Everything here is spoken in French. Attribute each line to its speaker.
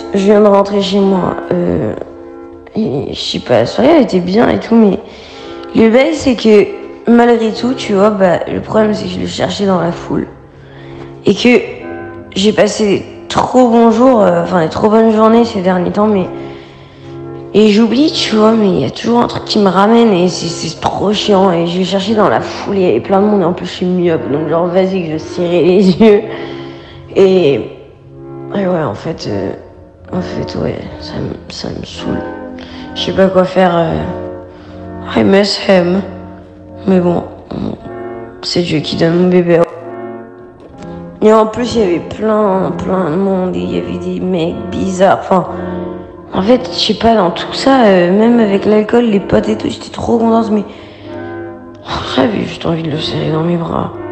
Speaker 1: je viens de rentrer chez moi. Et je sais pas, la soirée elle était bien et tout, mais le bail c'est que malgré tout, tu vois, bah le problème c'est que je le cherchais dans la foule. Et que j'ai passé trop bons jours, des trop bonnes journées ces derniers temps, mais. Et j'oublie, tu vois, mais il y a toujours un truc qui me ramène et c'est trop chiant. Et je vais chercher dans la foule, il y avait plein de monde et en plus je suis myope, donc genre vas-y que je serrais les yeux. Et ouais, en fait, ouais, ça me saoule. Je sais pas quoi faire. I miss him. Mais bon, c'est Dieu qui donne mon bébé. Et en plus, il y avait plein de monde et il y avait des mecs bizarres. Enfin, en fait, je sais pas, dans tout ça, même avec l'alcool, les potes et tout, j'étais trop contente, mais j'avais juste envie de le serrer dans mes bras.